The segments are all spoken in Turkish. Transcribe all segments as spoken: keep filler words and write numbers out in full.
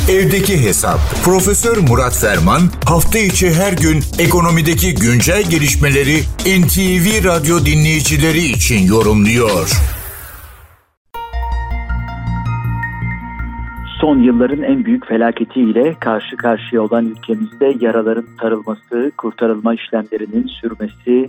Evdeki Hesap. Profesör Murat Ferman hafta içi her gün ekonomideki güncel gelişmeleri N T V Radyo dinleyicileri için yorumluyor. Son yılların en büyük felaketiyle karşı karşıya olan ülkemizde yaraların sarılması, kurtarılma işlemlerinin sürmesi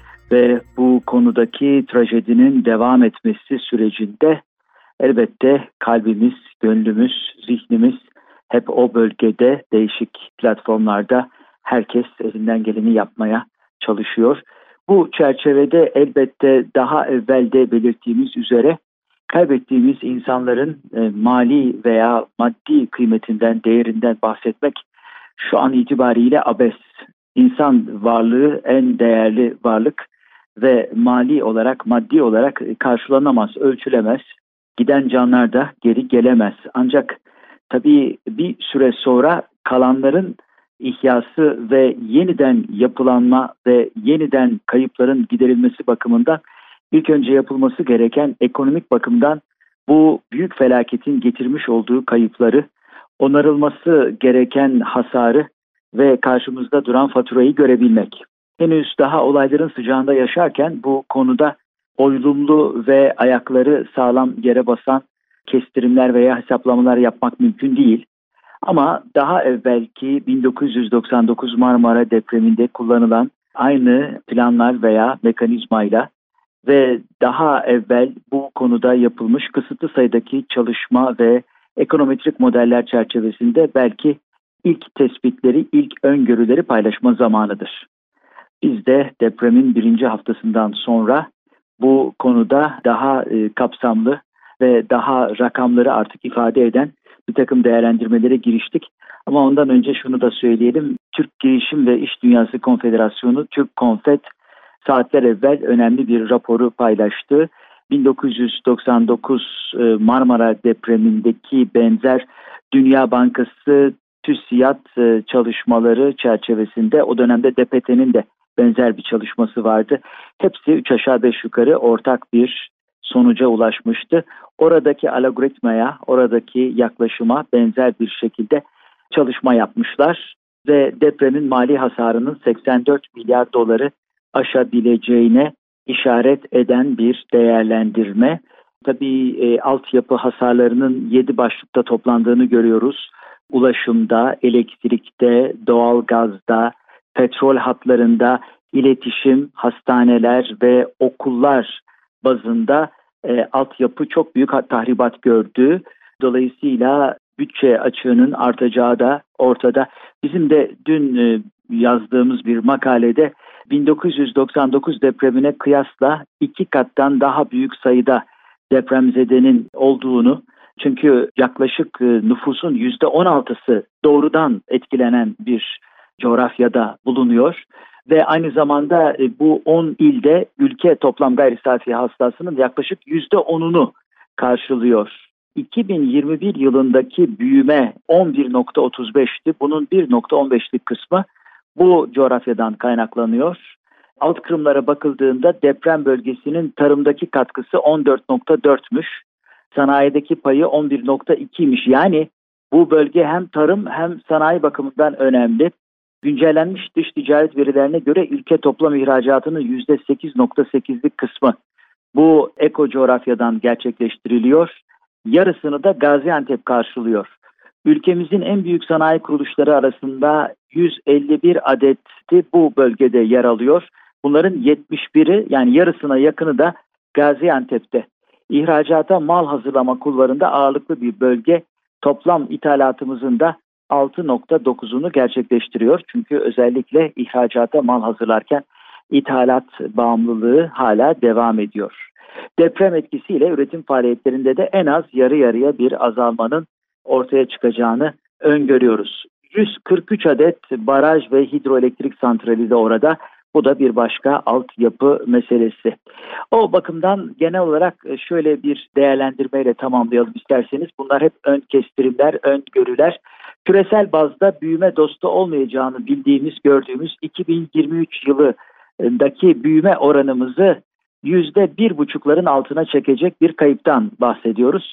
ve bu konudaki trajedinin devam etmesi sürecinde elbette kalbimiz, gönlümüz, zihnimiz hep o bölgede, değişik platformlarda herkes elinden geleni yapmaya çalışıyor. Bu çerçevede elbette daha evvel de belirttiğimiz üzere kaybettiğimiz insanların e, mali veya maddi kıymetinden, değerinden bahsetmek şu an itibariyle abes. İnsan varlığı en değerli varlık ve mali olarak, maddi olarak karşılanamaz, ölçülemez. Giden canlar da geri gelemez. Ancak tabii bir süre sonra kalanların ihyası ve yeniden yapılanma ve yeniden kayıpların giderilmesi bakımından ilk önce yapılması gereken ekonomik bakımdan bu büyük felaketin getirmiş olduğu kayıpları, onarılması gereken hasarı ve karşımızda duran faturayı görebilmek. Henüz daha olayların sıcağında yaşarken bu konuda oylumlu ve ayakları sağlam yere basan kestirimler veya hesaplamalar yapmak mümkün değil. Ama daha evvelki bin dokuz yüz doksan dokuz Marmara depreminde kullanılan aynı planlar veya mekanizmayla ve daha evvel bu konuda yapılmış kısıtlı sayıdaki çalışma ve ekonometrik modeller çerçevesinde belki ilk tespitleri, ilk öngörüleri paylaşma zamanıdır. Biz de depremin birinci haftasından sonra bu konuda daha e, kapsamlı ve daha rakamları artık ifade eden bir takım değerlendirmelere giriştik. Ama ondan önce şunu da söyleyelim. Türk Girişim ve İş Dünyası Konfederasyonu, Türk Konfet, saatler evvel önemli bir raporu paylaştı. bin dokuz yüz doksan dokuz Marmara depremindeki benzer Dünya Bankası TÜSİAD çalışmaları çerçevesinde o dönemde D P T'nin de benzer bir çalışması vardı. Hepsi üç aşağı beş yukarı ortak bir sonuca ulaşmıştı. Oradaki algoritmaya, oradaki yaklaşıma benzer bir şekilde çalışma yapmışlar ve depremin mali hasarının seksen dört milyar doları aşabileceğine işaret eden bir değerlendirme. Tabii e, altyapı hasarlarının yedi başlıkta toplandığını görüyoruz. Ulaşımda, elektrikte, doğalgazda, petrol hatlarında, iletişim, hastaneler ve okullar bazında e, altyapı çok büyük tahribat gördü. Dolayısıyla bütçe açığının artacağı da ortada. Bizim de dün e, yazdığımız bir makalede bin dokuz yüz doksan dokuz depremine kıyasla iki kattan daha büyük sayıda depremzedenin olduğunu, çünkü yaklaşık nüfusun yüzde on altısı doğrudan etkilenen bir coğrafyada bulunuyor ve aynı zamanda bu on ilde ülke toplam gayri safi hasılasının yaklaşık yüzde onunu karşılıyor. iki bin yirmi bir yılındaki büyüme on bir virgül otuz beşti. Bunun bir virgül on beşlik kısmı bu coğrafyadan kaynaklanıyor. Alt kırımlara bakıldığında deprem bölgesinin tarımdaki katkısı on dört virgül dörtmüş. Sanayideki payı on bir virgül ikiymiş. Yani bu bölge hem tarım hem sanayi bakımından önemli. Güncellenmiş dış ticaret verilerine göre ülke toplam ihracatının yüzde sekiz virgül sekizlik kısmı bu eko coğrafyadan gerçekleştiriliyor. Yarısını da Gaziantep karşılıyor. Ülkemizin en büyük sanayi kuruluşları arasında yüz elli bir adeti bu bölgede yer alıyor. Bunların yetmiş biri, yani yarısına yakını da Gaziantep'te. İhracata mal hazırlama kullarında ağırlıklı bir bölge, toplam ithalatımızın da altı virgül dokuzunu gerçekleştiriyor. Çünkü özellikle ihracata mal hazırlarken ithalat bağımlılığı hala devam ediyor. Deprem etkisiyle üretim faaliyetlerinde de en az yarı yarıya bir azalmanın ortaya çıkacağını öngörüyoruz. yüz kırk üç adet baraj ve hidroelektrik santrali de orada. Bu da bir başka altyapı meselesi. O bakımdan genel olarak şöyle bir değerlendirmeyle tamamlayalım isterseniz. Bunlar hep ön kestirimler, öngörüler. Küresel bazda büyüme dostu olmayacağını bildiğimiz, gördüğümüz iki bin yirmi üç yılındaki büyüme oranımızı yüzde bir buçukların altına çekecek bir kayıptan bahsediyoruz.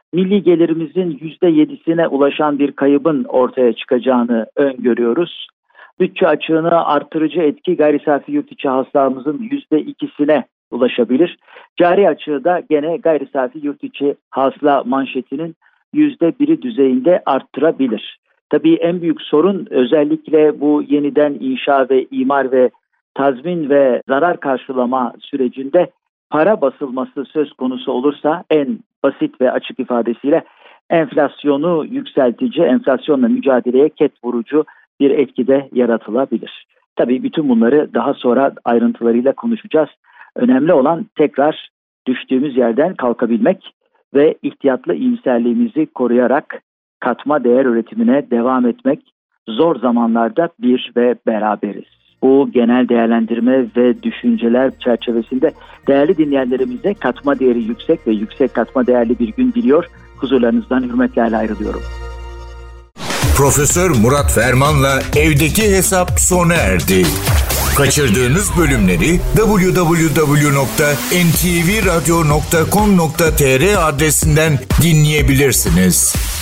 milli gelirimizin yüzde yedisine ulaşan bir kaybın ortaya çıkacağını öngörüyoruz. Bütçe açığını artırıcı etki gayri safi yurt içi hasılamızın yüzde ikisine ulaşabilir. Cari açığı da gene gayri safi yurt içi hasıla manşetinin yüzde biri düzeyinde arttırabilir. Tabii en büyük sorun özellikle bu yeniden inşa ve imar ve tazmin ve zarar karşılama sürecinde para basılması söz konusu olursa en basit ve açık ifadesiyle enflasyonu yükseltici, enflasyonla mücadeleye ket vurucu bir etkide yaratılabilir. Tabii bütün bunları daha sonra ayrıntılarıyla konuşacağız. Önemli olan tekrar düştüğümüz yerden kalkabilmek ve ihtiyatlı iyimserliğimizi koruyarak katma değer üretimine devam etmek. Zor zamanlarda bir ve beraberiz. Bu genel değerlendirme ve düşünceler çerçevesinde değerli dinleyenlerimize katma değeri yüksek ve yüksek katma değerli bir gün diliyor. Huzurlarınızdan hürmetlerle ayrılıyorum. Profesör Murat Ferman'la Evdeki Hesap sona erdi. Kaçırdığınız bölümleri double-u double-u double-u nokta en ti vi radyo nokta com nokta tr adresinden dinleyebilirsiniz.